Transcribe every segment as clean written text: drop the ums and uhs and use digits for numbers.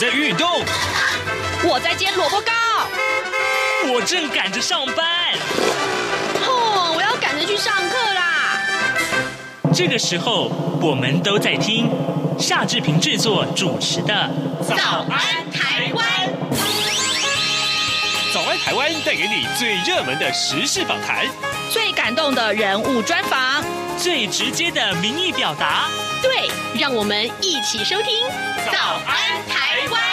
在运动， 我在煎萝卜糕， 我正赶着上班。 我要赶着去上课啦。 这个时候，我们都在听夏志平制作主持的《 早安台湾》。 早安台湾带给你最热门的时事访谈， 最感动的人物专访， 最直接的民意表达。 对，让我们一起收听《早安台湾》。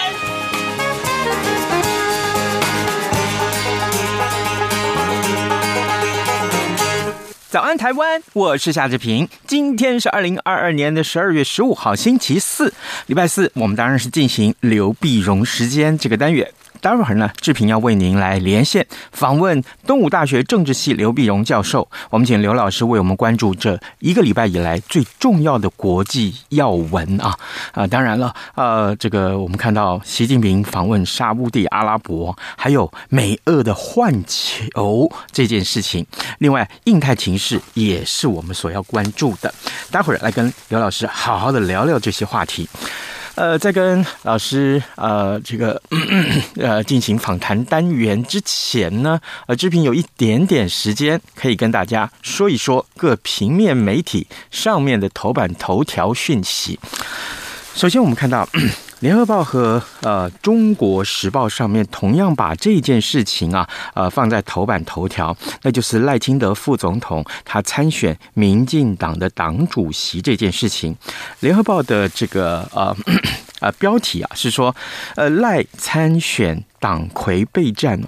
早安台湾，我是夏志平。今天是2022年12月15号星期四，礼拜四，我们当然是进行刘必荣时间这个单元。待会儿呢，志平要为您来连线访问东吴大学政治系刘必荣教授。我们请刘老师为我们关注这一个礼拜以来最重要的国际要闻啊！当然了，这个我们看到习近平访问沙烏地阿拉伯，还有美俄的换球这件事情。另外，印太情势也是我们所要关注的。待会儿来跟刘老师好好的聊聊这些话题。在跟老师进行访谈单元之前呢，志平有一点点时间可以跟大家说一说各平面媒体上面的头版头条讯息。首先我们看到联合报和中国时报上面同样把这件事情放在头版头条，那就是赖清德副总统他参选民进党的党主席这件事情。联合报的这个标题是说赖参选党魁备战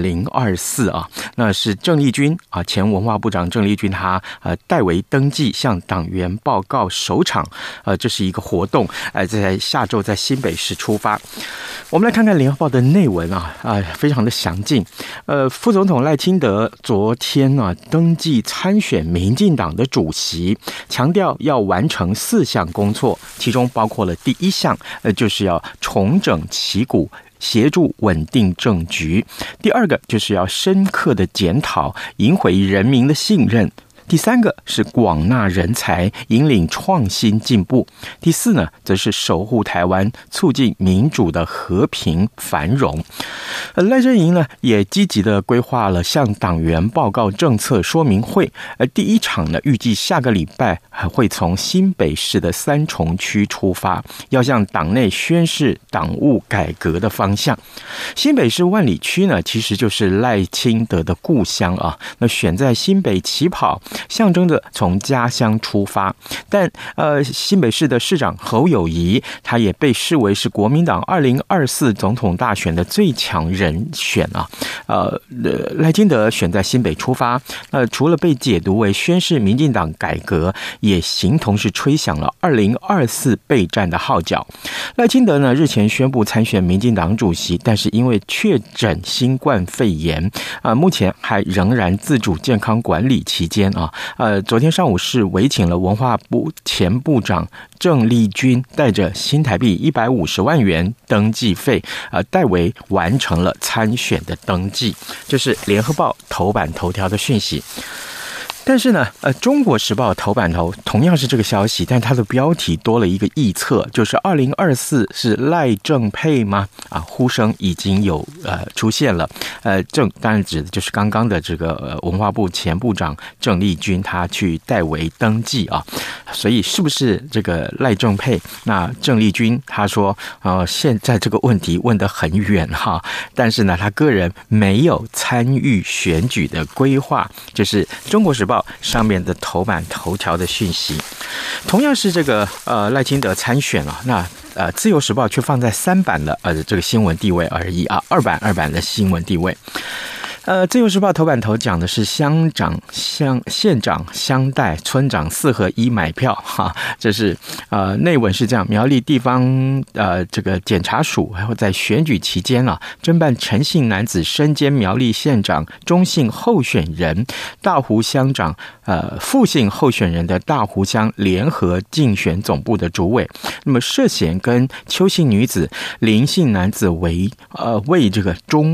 2024那是郑丽君前文化部长郑丽君他代为登记向党员报告首场这是一个活动在下周在新北市出发。我们来看看联合报的内文非常的详尽。副总统赖清德昨天登记参选民进党的主席，强调要完成4项工作，其中包括了第一项就是要重整旗鼓，协助稳定政局。第二个就是要深刻的检讨，赢回人民的信任。第三个是广纳人才，引领创新进步。第四呢，则是守护台湾，促进民主的和平繁荣。赖阵营呢，也积极的规划了向党员报告政策说明会。第一场呢，预计下个礼拜还会从新北市的三重区出发，要向党内宣示党务改革的方向。新北市万里区呢，其实就是赖清德的故乡那选在新北起跑，象征着从家乡出发。但新北市的市长侯友宜，他也被视为是国民党2024总统大选的最强人选赖清德选在新北出发，除了被解读为宣示民进党改革，也形同是吹响了2024备战的号角。赖清德呢，日前宣布参选民进党主席，但是因为确诊新冠肺炎目前还仍然自主健康管理期间昨天上午是委请了文化部前部长郑丽君，带着新台币150万元登记费代为完成了参选的登记。这是联合报头版头条的讯息。但是呢，中国时报头版头同样是这个消息，但它的标题多了一个臆测，就是2024是赖郑配吗？呼声已经有出现了。郑当然指的就是刚刚的这个文化部前部长郑丽君，他去代为登记所以是不是这个赖郑配？那郑丽君他说，现在这个问题问得很远但是呢，他个人没有参与选举的规划，这是中国时报上面的头版头条的讯息。同样是这个赖清德参选那自由时报却放在3版的这个新闻地位而已二版的新闻地位。自由时报头版头讲的是县长乡代村长4合1买票这是内文是这样：苗栗地方这个检察署还会在选举期间侦办陈姓男子身兼苗栗县长、中姓候选人、大湖乡长副姓候选人的大湖乡联合竞选总部的主委，那么涉嫌跟邱姓女子、林姓男子为这个中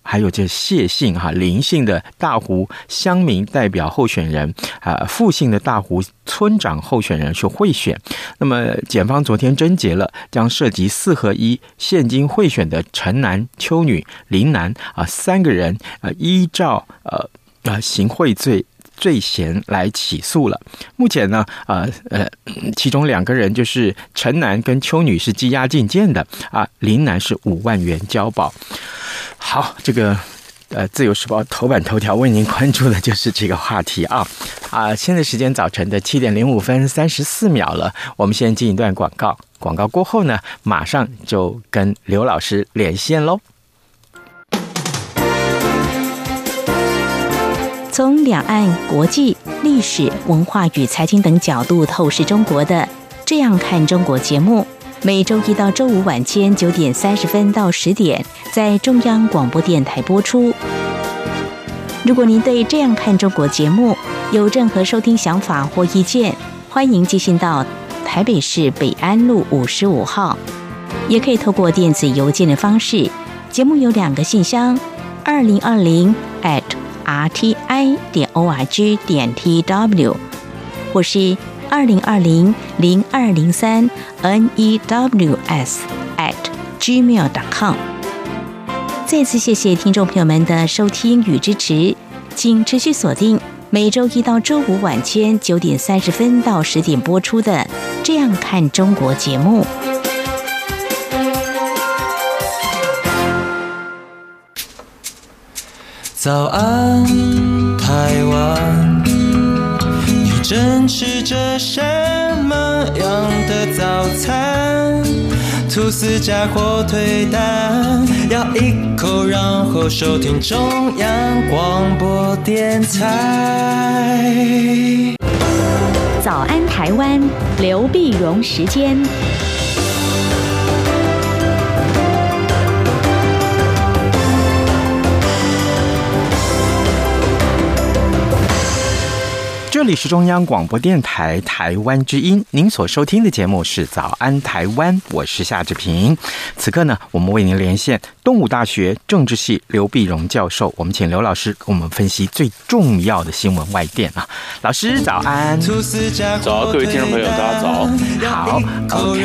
还有这谢姓林姓的大湖乡民代表候选人傅姓的大湖村长候选人是贿选。那么检方昨天侦结了将涉及4合1现金贿选的陈男、邱女、林男3个人依照行贿罪嫌来起诉了。目前呢，其中2个人就是陈男跟邱女是羁押禁见的林男是5万元交保。好，这个自由时报头版头条为您关注的就是这个话题现在时间早晨的7点05分34秒了，我们先进一段广告，广告过后呢，马上就跟刘老师连线喽。 从两岸、国际、历史、文化与财经等角度透视中国的《这样看中国》节目，每周一到周五晚间9点30分到10点在中央广播电台播出。如果您对《这样看中国》节目有任何收听想法或意见，欢迎寄信到台北市北安路55号，也可以透过电子邮件的方式。节目有2个信箱2020@rti.org.tw 或是2020-0203-news@gmail.com。 再次谢谢听众朋友们的收听与支持，请持续锁定每周一到周五晚间9点30分到10点播出的《这样看中国》节目。 早安，台湾，你正吃着什么样的早餐？吐司加火腿蛋，咬一口，然后收听中央广播电台。 早安，台湾，刘碧荣时间。 这里是中央广播电台台湾之音，您所收听的节目是早安台湾，我是夏志平。此刻呢，我们为您连线东吴大学政治系刘碧荣教授，我们请刘老师跟我们分析最重要的新闻外电老师早安。 早，各位听众朋友大家早。 好 OK。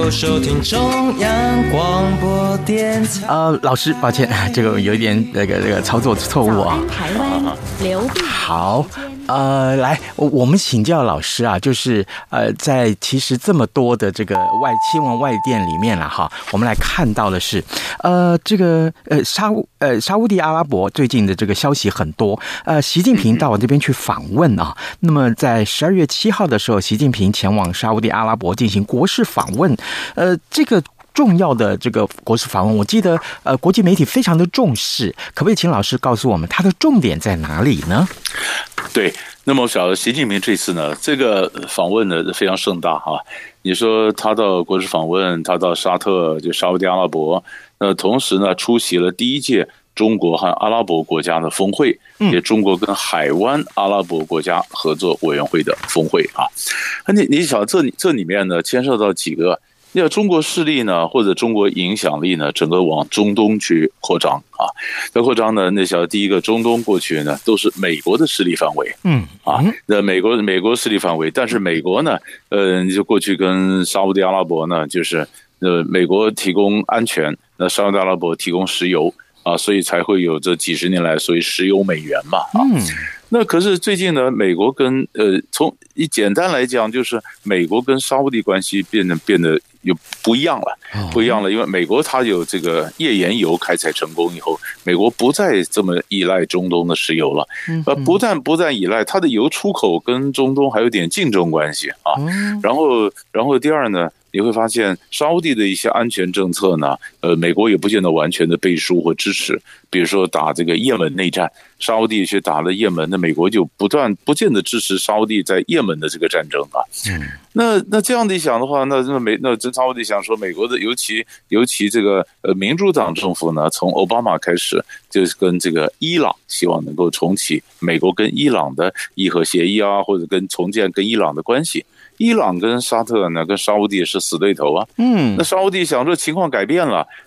老师抱歉，这个有一点那个操作错误台湾刘碧荣。 好，来，我们请教老师就是在其实这么多的这个新闻外电里面我们来看到的是这个沙烏地阿拉伯最近的这个消息很多，习近平到我这边去访问那么在12月7号的时候，习近平前往沙烏地阿拉伯进行国事访问，这个重要的这个国事访问，我记得国际媒体非常的重视，可不可以请老师告诉我们它的重点在哪里呢？ 对，那么我晓得习近平这次呢，这个访问呢非常盛大你说他到国事访问，他到沙特就沙烏地阿拉伯，同时呢出席了第1届中国和阿拉伯国家的峰会，也中国跟海湾阿拉伯国家合作委员会的峰会你想这里面呢牵涉到几个。要中国势力呢，或者中国影响力呢，整个往中东去扩张这扩張呢，那小第一個中東過去呢，都是美國的勢力範圍。那美國勢力範圍，但是美國呢，就過去跟沙烏地阿拉伯呢，就是美國提供安全，那沙烏地阿拉伯提供石油所以才會有這幾十年來所謂石油美元嘛那可是最近呢，美國跟從簡單來講，就是美國跟沙烏地關係變得又不一樣了，因為美國它有這個頁岩油開採成功以後，美國不再這麼依賴中東的石油了，不但依賴，它的油出口跟中東還有點競爭關係然後第二呢，你會發現沙烏地的一些安全政策呢，美國也不見得完全的背書或支持，比如說打這個也門內戰，沙烏地去打了也門，那美國就不見得支持沙烏地在也門的這個戰爭那這樣的想的話，那真沙烏地想說美國的尤其這個民主黨政府呢，從奧巴馬開始就跟這個伊朗希望能夠重啟美國跟伊朗的伊核協議或者重建跟伊朗的關係。伊朗跟沙特呢，跟沙烏地是死對頭那沙烏地想說情況改變了，那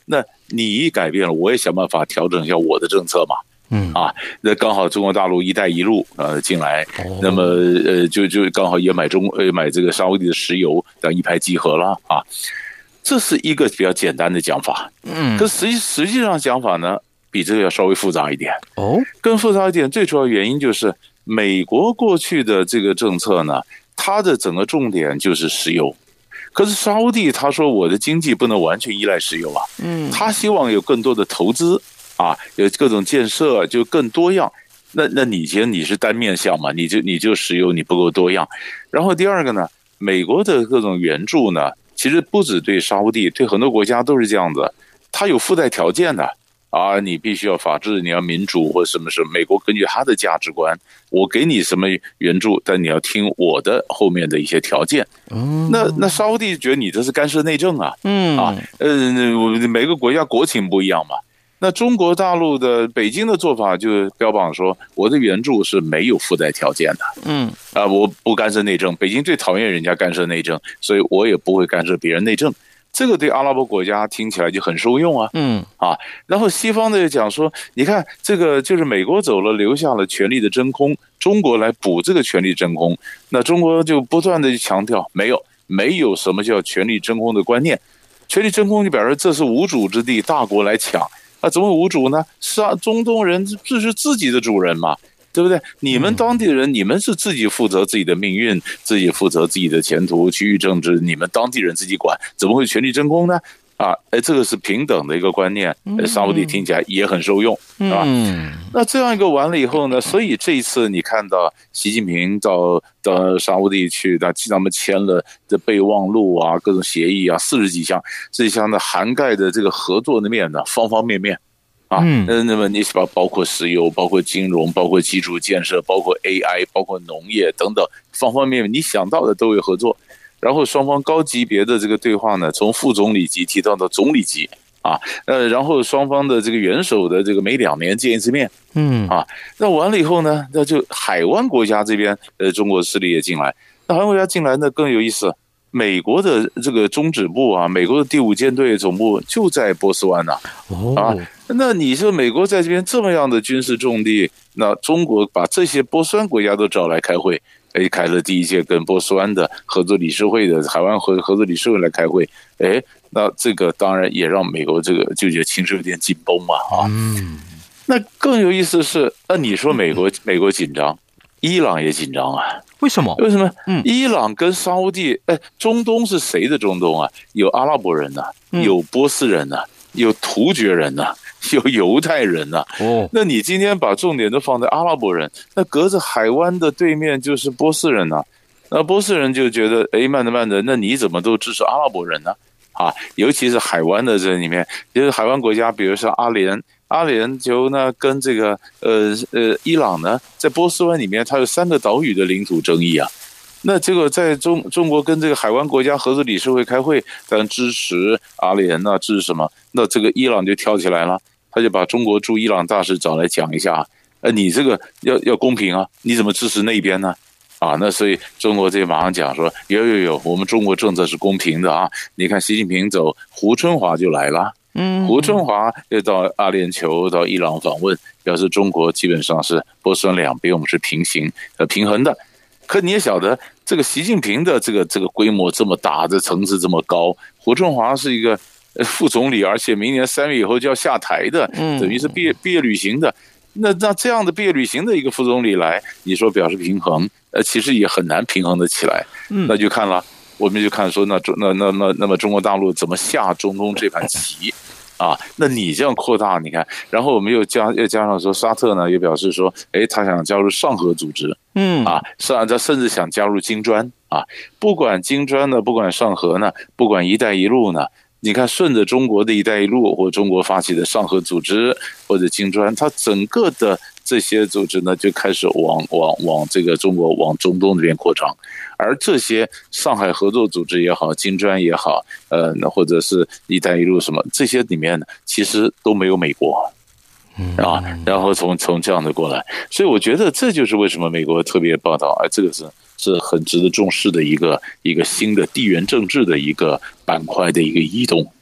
你一改变了，我也想办法调整一下我的政策嘛。那刚好中国大陆一带一路进来，那么就刚好也买这个沙烏地的石油，等一拍即合了啊。这是一个比较简单的讲法，可实际上讲法呢，比这个要稍微复杂一点。更复杂一点，最主要原因就是美国过去的这个政策呢，它的整个重点就是石油。可是沙烏地他说我的经济不能完全依赖石油啊，他希望有更多的投资啊，有各种建设就更多样。那你觉得你是单面向嘛？你就石油你不够多样。然后第二个呢，美国的各种援助呢，其实不止对沙烏地，对很多国家都是这样子，它有附带条件的啊，你必须要法治，你要民主或什么。美国根据他的价值观，我给你什么援助，但你要听我的后面的一些条件。那沙烏地觉得你这是干涉内政啊，每个国家国情不一样嘛。那中国大陆的北京的做法就标榜说，我的援助是没有附带条件的，我不干涉内政，北京最讨厌人家干涉内政，所以我也不会干涉别人内政。这个对阿拉伯国家听起来就很受用啊，然后西方的讲说，你看这个就是美国走了，留下了权力的真空，中国来补这个权力真空，那中国就不断的强调，没有什么叫权力真空的观念，权力真空就表示这是无主之地，大国来抢，怎么无主呢？是啊，中东人这是自己的主人嘛。对不对？你们当地人，你们是自己负责自己的命运，自己负责自己的前途，区域政治你们当地人自己管，怎么会权力真空呢？这个是平等的一个观念，沙烏地听起来也很受用，啊。那这样一个完了以后呢，所以这一次你看到习近平到沙烏地去，他们签了这备忘录啊，各种协议啊，40几项，这项呢涵盖的这个合作的面呢，方方面面。那么你包括石油，包括金融，包括基础建设，包括 AI， 包括农业等等，方方面面你想到的都有合作。然后双方高级别的这个对话呢，从副总理级提到总理级啊，然后双方的这个元首的这个每2年见一次面，那完了以后呢，那就海湾国家这边中国势力也进来，那海湾国家进来呢更有意思。美国的这个中指部啊，美国的第5舰队总部就在波斯湾那你说美国在这边这么样的军事重地，那中国把这些波斯湾国家都找来开会，开了第1届跟波斯湾的合作理事会的海湾合作理事会来开会，那这个当然也让美国这个就觉得情势有点紧绷嘛那更有意思的是，你说美国紧张，伊朗也紧张啊。 为什么？ 伊朗跟沙烏地，中东是谁的中东啊？有阿拉伯人呐，有波斯人呐，有突厥人呐，有犹太人呐。那你今天把重点都放在阿拉伯人，那隔着海湾的对面就是波斯人呐。那波斯人就觉得，慢着，那你怎么都支持阿拉伯人呢？尤其是海湾的这里面，就是海湾国家，比如说阿联酋呢，跟这个伊朗呢，在波斯湾里面，它有3个岛屿的领土争议啊。那这个在中国跟这个海湾国家合作理事会开会，当然支持阿联啊，支持什么？那这个伊朗就跳起来了，他就把中国驻伊朗大使找来讲一下，你这个要公平啊，你怎么支持那边呢？那所以中国这马上讲说，有，我们中国政策是公平的啊！你看习近平走，胡春华就来了，胡春华又到阿联酋到伊朗访问，表示中国基本上是波斯湾两边我们是平衡的。可你也晓得，这个习近平的这个规模这么大，这层次这么高，胡春华是一个副总理，而且明年3月以后就要下台的，等于是毕业旅行的。那这样的毕业旅行的一个副总理来，你说表示平衡，其实也很难平衡得起来。那就看了，我们就看说，那么中国大陆怎么下中东这盘棋啊？那你这样扩大，你看，然后我们又加上说，沙特呢也表示说，他想加入上合组织，他甚至想加入金砖啊。不管金砖呢，不管上合呢，不管一带一路呢。你看，顺着中国的一带一路或中国发起的上合组织或者金砖，它整个的这些组织呢，就开始往这个中国往中东这边扩张。而这些上海合作组织也好，金砖也好，或者是一带一路什么这些里面呢，其实都没有美国然后从这样的过来，所以我觉得这就是为什么美国特别报道，这个是很值得重视的一个新的地缘政治的一个板块的一个移动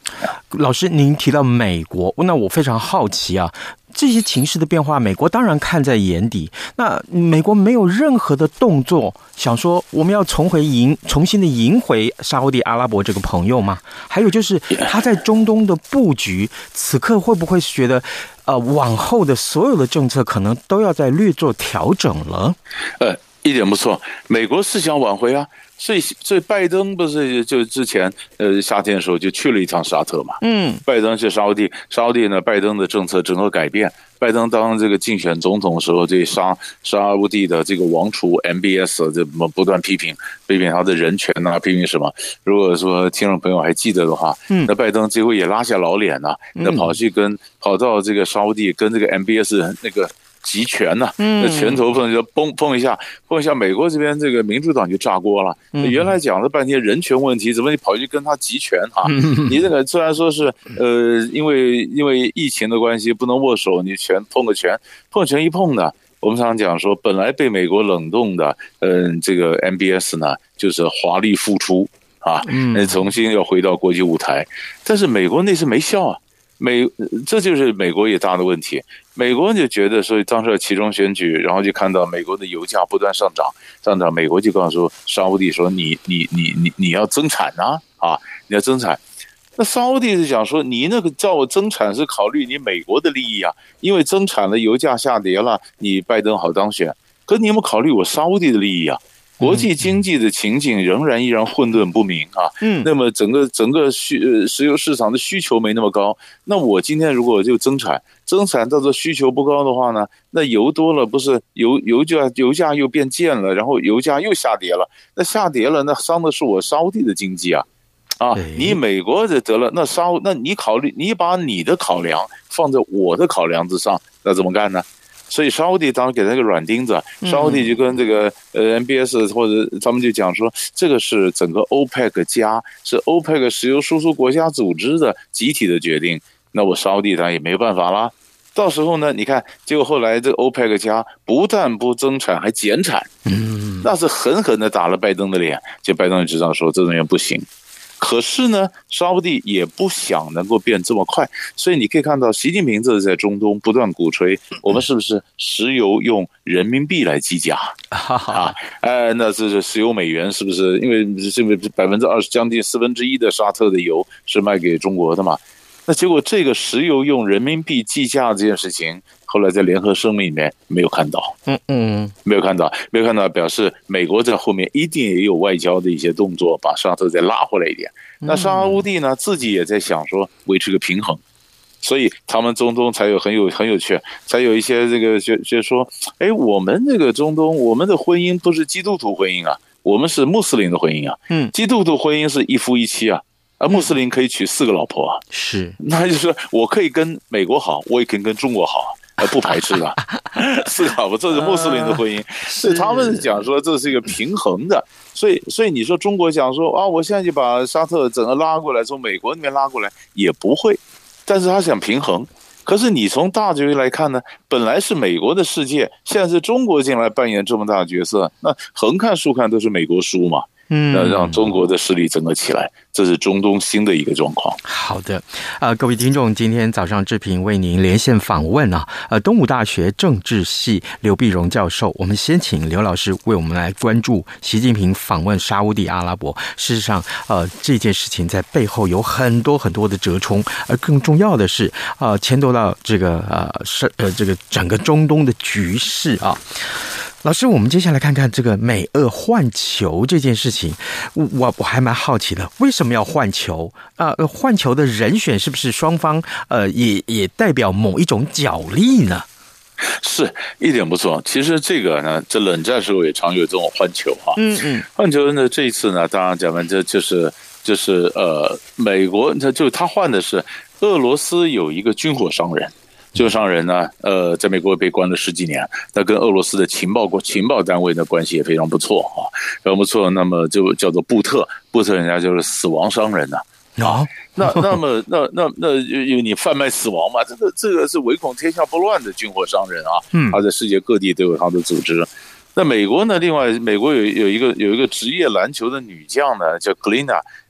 老师，您提到美国，那我非常好奇啊，这些情势的变化，美国当然看在眼底。那美国没有任何的动作，想说我们要重新的赢回沙烏地阿拉伯这个朋友吗？还有就是他在中东的布局，此刻会不会觉得，往后的所有的政策可能都要再略做调整了？ 一点不错，美国是想挽回啊。所以拜登不是就之前夏天的时候就去了一趟沙特嘛，拜登去沙烏地呢，拜登的政策整个改变。拜登当这个竞选总统的时候，对沙烏地的这个王储 MBS 这不断批评他的人权啊，批评什么？如果说听众朋友还记得的话，那拜登结果也拉下老脸了，那跑到这个沙烏地跟这个 MBS 那个集权呐，那拳头碰一下，美国这边这个民主党就炸锅了。原来讲了半天人权问题，怎么你跑去跟他集权啊？你这个虽然说是因为疫情的关系不能握手，你碰拳一碰的，我们常常讲说，本来被美国冷冻的，这个 MBS 呢，就是华丽复出啊，重新要回到国际舞台，但是美国那次没效啊。这就是美国也大的问题。美国就觉得，所以当时其中选举，然后就看到美国的油价不断上涨，美国就告诉沙烏地说你要增产啊，你要增产。那沙烏地是讲说，你那个叫我增产是考虑你美国的利益啊，因为增产了油价下跌了，你拜登好当选。可你有没有考虑我沙烏地的利益啊？国际经济的情景依然混沌不明啊，那么整个石油市场的需求没那么高，那我今天如果就增产到这需求不高的话呢，那油多了不是油价又变贱了，然后油价又下跌了，那下跌了那伤的是我沙烏地的经济啊，你美國就得了，那你把你的考量放在我的考量之上，那怎麼幹呢？所以沙烏地當然給他一個軟釘子，沙烏地就跟這個MBS 或者他們就講說，這個是整個 OPEC 加，是 OPEC 石油輸出國家組織的集體的決定，那我沙烏地當然也沒有辦法啦。到時候呢，你看，結果後來這個 OPEC 加不但不增產，還減產，那是狠狠的打了拜登的臉，就拜登就知道說這種人不行。可是呢，沙烏地也不想能夠變這麼快，所以你可以看到習近平這是在中東不斷鼓吹，我們是不是石油用人民幣來計價啊？那這是石油美元是不是？因為這個20%將近1/4的沙特的油是賣給中國的嘛？那結果這個石油用人民幣計價這件事情，後來在聯合聲明裡面沒有看到，沒有看到，表示美國在後面一定也有外交的一些動作，把沙特再拉回來一點。那沙烏地呢，自己也在想說維持個平衡，所以他們中東才有很有趣，才有一些這個就說，我們這個中東，我們的婚姻不是基督徒婚姻啊，我們是穆斯林的婚姻啊，基督徒婚姻是一夫一妻啊。穆斯林可以娶4個老婆啊，是，那就是說我可以跟美國好，我也可以跟中國好，不排斥的，4個老婆，這是穆斯林的婚姻，所以他們講說這是一個平衡的，所以你說中國講說啊，我現在就把沙特整個拉過來，從美國那邊拉過來，也不會，但是他想平衡。可是你從大局來看呢，本來是美國的世界，現在是中國進來扮演這麼大的角色，那橫看豎看都是美國輸嘛。那讓中國的勢力整個起來，這是中東新的一個狀況。 好的，各位聽眾，今天早上志平為您連線訪問啊，東吳大學政治系劉必榮教授，我們先請劉老師為我們來關注習近平訪問沙烏地阿拉伯。事實上，這件事情在背後有很多很多的折衝，而更重要的是，牽動到這個整個中東的局勢啊。老師，我們接下來看看這個美俄換球這件事情，我還蠻好奇的，為什麼要換球啊？換球的人選是不是雙方也代表某一種角力呢？ 是，一點不錯。其實這個呢，這冷戰時候也常有這種換球哈。換球呢，這一次呢，當然講完這就是美國他換的是俄羅斯有一個軍火商人。軍火商人呢，在美國被關了10幾年，那跟俄羅斯的情報單位的關係也非常不錯啊，非常不錯。那麼就叫做布特人家就是死亡商人吶。那麼因為你販賣死亡嘛，這個是唯恐天下不亂的軍火商人啊，他在世界各地都有他的組織。那美國呢？另外，美國有一個職業籃球的女將呢，叫 Glina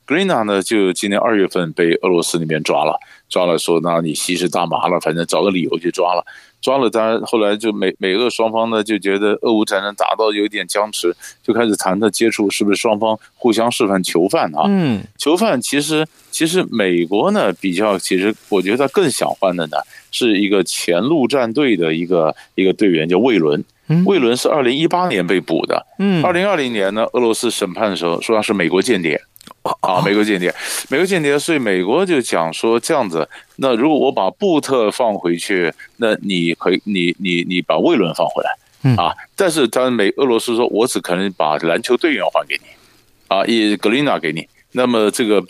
Grina 呢，就今年2月份被俄罗斯那边抓了说，那你吸食大麻了，反正找个理由就抓了。当然后来就美俄双方呢就觉得俄乌战争打到有点僵持，就开始谈的接触，是不是双方互相示范囚犯啊？囚犯其实美国呢比较，其实我觉得更想换的呢是一个前陆战队的一个队员叫魏伦。魏伦是2018年被捕的，2020年呢俄罗斯审判的时候说他是美国间谍。美国间谍，所以美国就讲说这样子，那如果我把布特放回去，那你可以，你把魏伦放回来但是俄罗斯说，我只可能把篮球队员换给你以格林纳给你，那么这个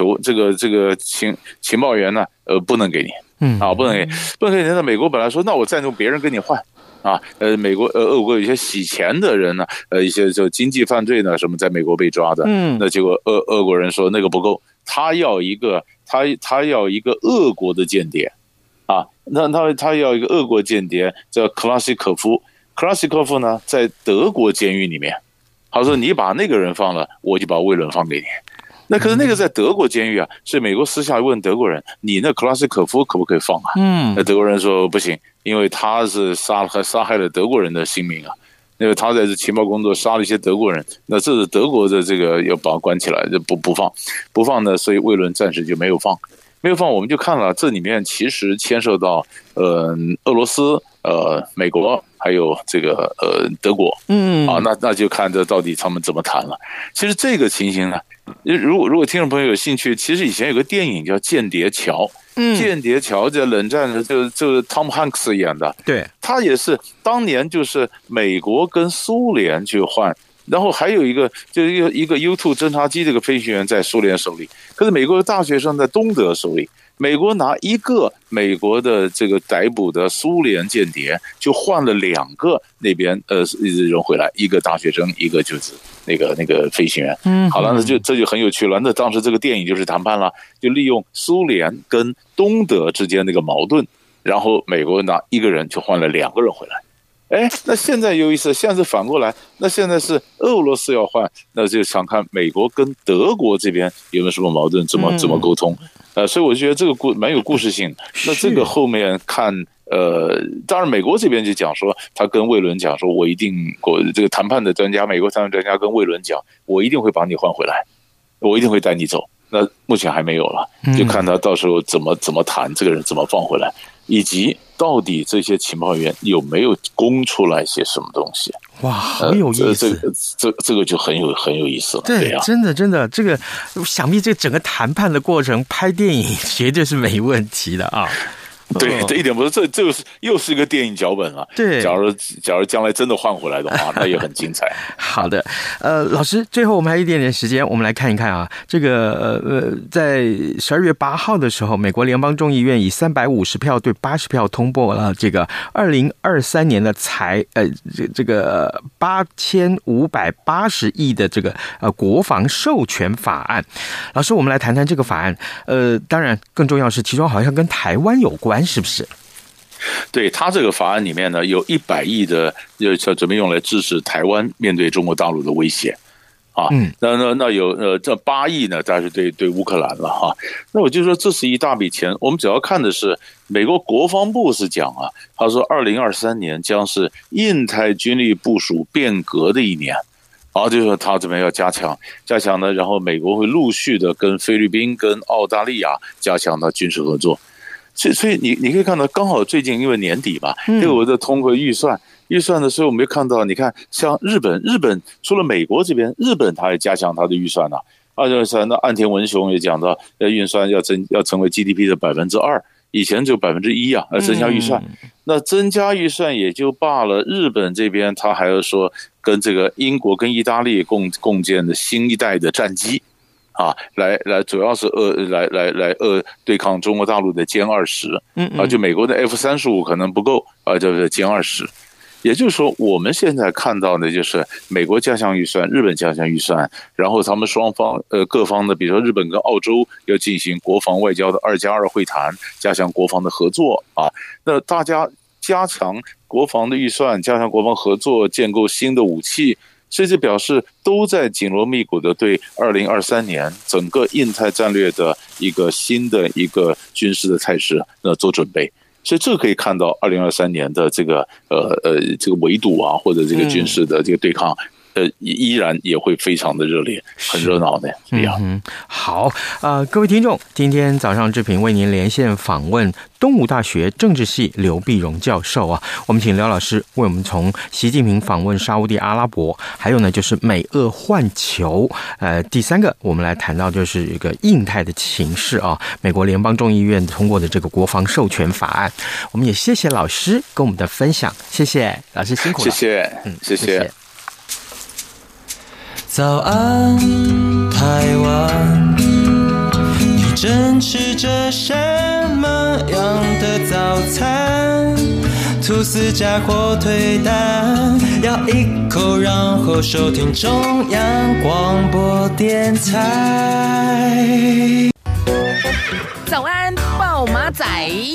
情报员呢，不能给你不能给你。那美国本来说，那我再用别人跟你换。俄国有一些洗钱的人呢，一些就经济犯罪呢，什么在美国被抓的，那结果俄国人说那个不够，他要一个俄国的间谍那他要一个俄国间谍叫克拉西科夫呢，在德国监狱里面，他说你把那个人放了，我就把魏伦放给你。那可是那个在德国监狱所以美国私下问德国人，你那克拉西科夫可不可以放那德国人说不行，因为他是杀害了德国人的性命因为他在这情报工作杀了一些德国人，那这是德国的这个要把他关起来，就不放呢，所以魏伦暂时就没有放。我们就看了这里面其实牵涉到俄罗斯、美国还有这个德国那就看这到底他们怎么谈了。其实这个情形呢，如果听众朋友有兴趣，其实以前有个电影叫《间谍桥》。间谍桥在冷战的就是 Tom Hanks 演的，对，他也是当年就是美国跟苏联去换，然后还有一个就是一个 U2 侦察机这个飞行员在苏联手里，可是美国的大学生在东德手里，美国拿一个美国的这个逮捕的苏联间谍，就换了2个那边人回来，一个大学生，一个就是那个飞行员。好了，那这就很有趣了。那当时这个电影就是谈判了，就利用苏联跟东德之间那个矛盾，然后美国拿一个人就换了2个人回来。那现在有意思，现在是反过来，那现在是俄罗斯要换，那就想看美国跟德国这边有没有什么矛盾，怎么沟通。所以我觉得这个蛮有故事性。那这个后面看，当然美国这边就讲说，他跟魏伦讲说，这个谈判的专家，美国谈判专家跟魏伦讲，我一定会把你换回来，我一定会带你走。那目前还没有了，就看他到时候怎么谈，这个人怎么放回来，以及到底这些情报员有没有供出来些什么东西。 哇，好有意思！ 这个就很有意思了。对啊， 真的，这个想必这整个谈判的过程，拍电影绝对是没问题的对，这一点不是，这又是一个电影脚本了。 对， 假如将来真的换回来的话，那也很精彩。 好的，老师，最后我们还有一点点时间，我们来看一看这个在12月8号的时候，美国联邦众议院以350票对80票通过了这个2023年的这个8580亿的这个国防授权法案。老师，我们来谈谈这个法案。当然更重要是，其中好像跟台湾有关。是不是？ 对，他这个法案里面呢，有100亿的要准备用来支持台湾面对中国大陆的威胁那有这8亿呢，当然是对乌克兰了那我就说这是一大笔钱，我们只要看的是美国国防部是讲他说2023年将是印太军力部署变革的一年就是说他这边要加强呢，然后美国会陆续的跟菲律宾跟澳大利亚加强他军事合作。所以你可以看到，刚好最近因为年底嘛，这个我在通过预算的时候，我们也看到，你看像日本除了美国这边，日本它也加强它的预算2023，那岸田文雄也讲到，预算要成为 GDP 的2%，以前只有1%增加预算。那增加预算也就罢了，日本这边他还要说跟这个英国跟意大利共建的新一代的战机。来主要是来对抗中国大陆的歼20，就美国的 F-35可能不够就是歼20，也就是说我们现在看到的就是美国加强预算，日本加强预算，然后他们双方各方的，比如说日本跟澳洲要进行国防外交的2+2会谈，加强国防的合作那大家加强国防的预算，加强国防合作，建构新的武器。 所以这表示都在紧锣密鼓的对2023年整个印太战略的一个新的一个军事的态势做准备。所以这可以看到2023年的这个这个围堵啊，或者这个军事的这个对抗。依然也会非常的热烈，很热闹的这样。 好，各位听众，今天早上志平为您连线访问东吴大学政治系刘必荣教授啊，我们请刘老师为我们从习近平访问沙烏地阿拉伯，还有呢就是美俄换球，第三个我们来谈到就是一个印太的情势啊，美国联邦众议院通过的这个国防授权法案，我们也谢谢老师跟我们的分享，谢谢老师辛苦了， 谢谢，谢谢。 早安，台湾，你正吃着什么样的早餐？吐司加火腿蛋，咬一口，然后收听中央广播电台。 早安，暴马仔。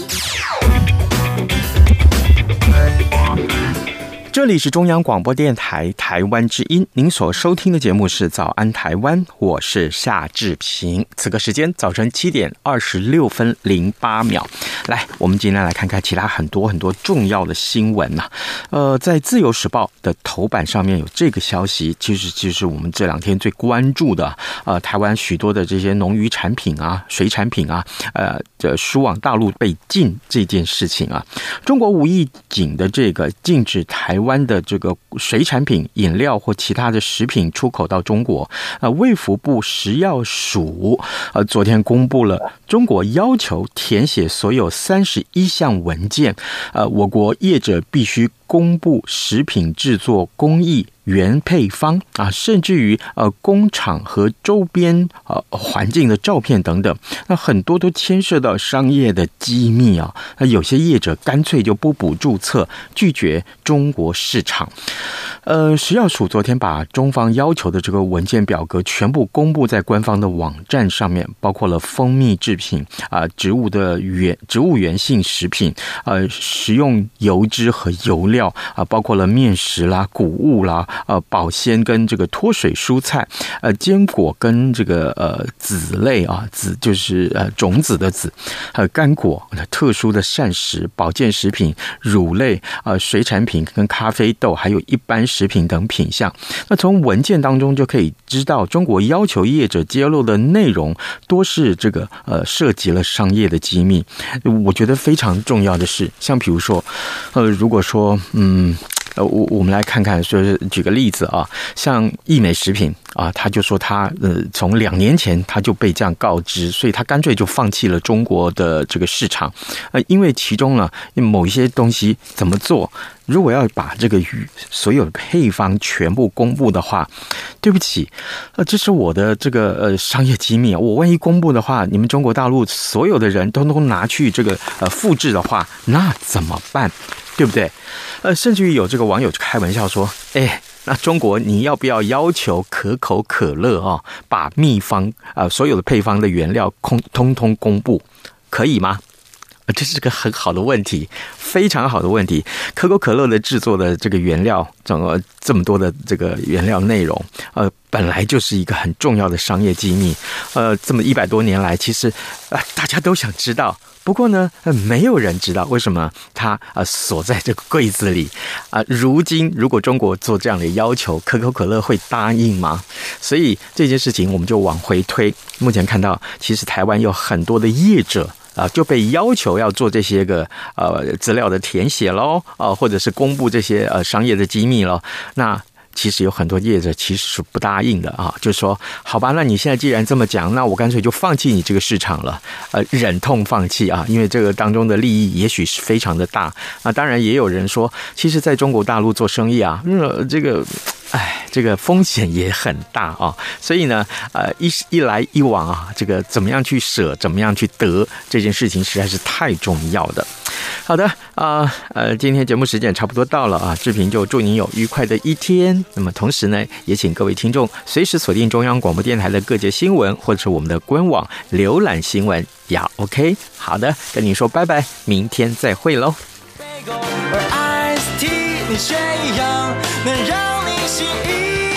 这里是中央广播电台台湾之音，您所收听的节目是早安台湾，我是夏志平。此刻时间早晨7点26分08秒。来，我们今天来看看其他很多重要的新闻啊。在自由时报的头版上面有这个消息，就是我们这两天最关注的，台湾许多的这些农渔产品啊、水产品啊，输往大陆被禁这件事情啊。中国无意景的这个禁止台湾的这个水产品、饮料或其他的食品出口到中国，卫福部食药署昨天公布了中国要求填写所有31项文件，我国业者必须公布食品制作工艺、原配方啊，甚至于工厂和周边环境的照片等等，那很多都牵涉到商业的机密啊。那有些业者干脆就不补注册，拒绝中国市场。食药署昨天把中方要求的这个文件表格全部公布在官方的网站上面，包括了蜂蜜制品啊、植物原性食品、食用油脂和油料啊，包括了面食啦、谷物啦、保鲜跟这个脱水蔬菜、坚果跟这个籽类啊，籽就是种子的籽，还有干果、特殊的膳食、保健食品、乳类、水产品跟咖啡豆，还有一般食品等品项。那从文件当中就可以知道，中国要求业者揭露的内容多是这个涉及了商业的机密。我觉得非常重要的是，像比如说如果说我们来看看，说举个例子啊，像益美食品啊，他就说他从2年前他就被这样告知，所以他干脆就放弃了中国的这个市场，因为其中呢某一些东西怎么做，如果要把这个所有的配方全部公布的话，对不起，这是我的这个商业机密，我万一公布的话，你们中国大陆所有的人都拿去这个复制的话，那怎么办？对不对？甚至于有这个网友就开玩笑说，那中国你要不要求可口可乐啊，把秘方所有的配方的原料通通公布，可以吗？这是个很好的问题，非常好的问题。可口可乐的制作的这个原料，这么多的这个原料内容，本来就是一个很重要的商业机密。这么100多年来，其实大家都想知道。不过呢，没有人知道为什么它锁在这个柜子里如今如果中国做这样的要求，可口可乐会答应吗？所以这件事情我们就往回推。目前看到，其实台湾有很多的业者就被要求要做这些个资料的填写咯，或者是公布这些商业的机密咯。那其实有很多业者其实是不答应的啊，就是说好吧，那你现在既然这么讲，那我干脆就放弃你这个市场了，忍痛放弃啊，因为这个当中的利益也许是非常的大。当然也有人说，其实在中国大陆做生意啊，这个风险也很大啊，所以呢，一来一往啊，这个怎么样去舍，怎么样去得，这件事情实在是太重要的。好的今天节目时间差不多到了啊，志平就祝您有愉快的一天。那么同时呢，也请各位听众随时锁定中央广播电台的各节新闻，或者是我们的官网浏览新闻呀。OK， 好的，跟您说拜拜，明天再会喽。 能让你心一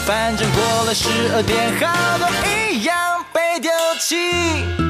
反正过了12点，好多一样被丢弃。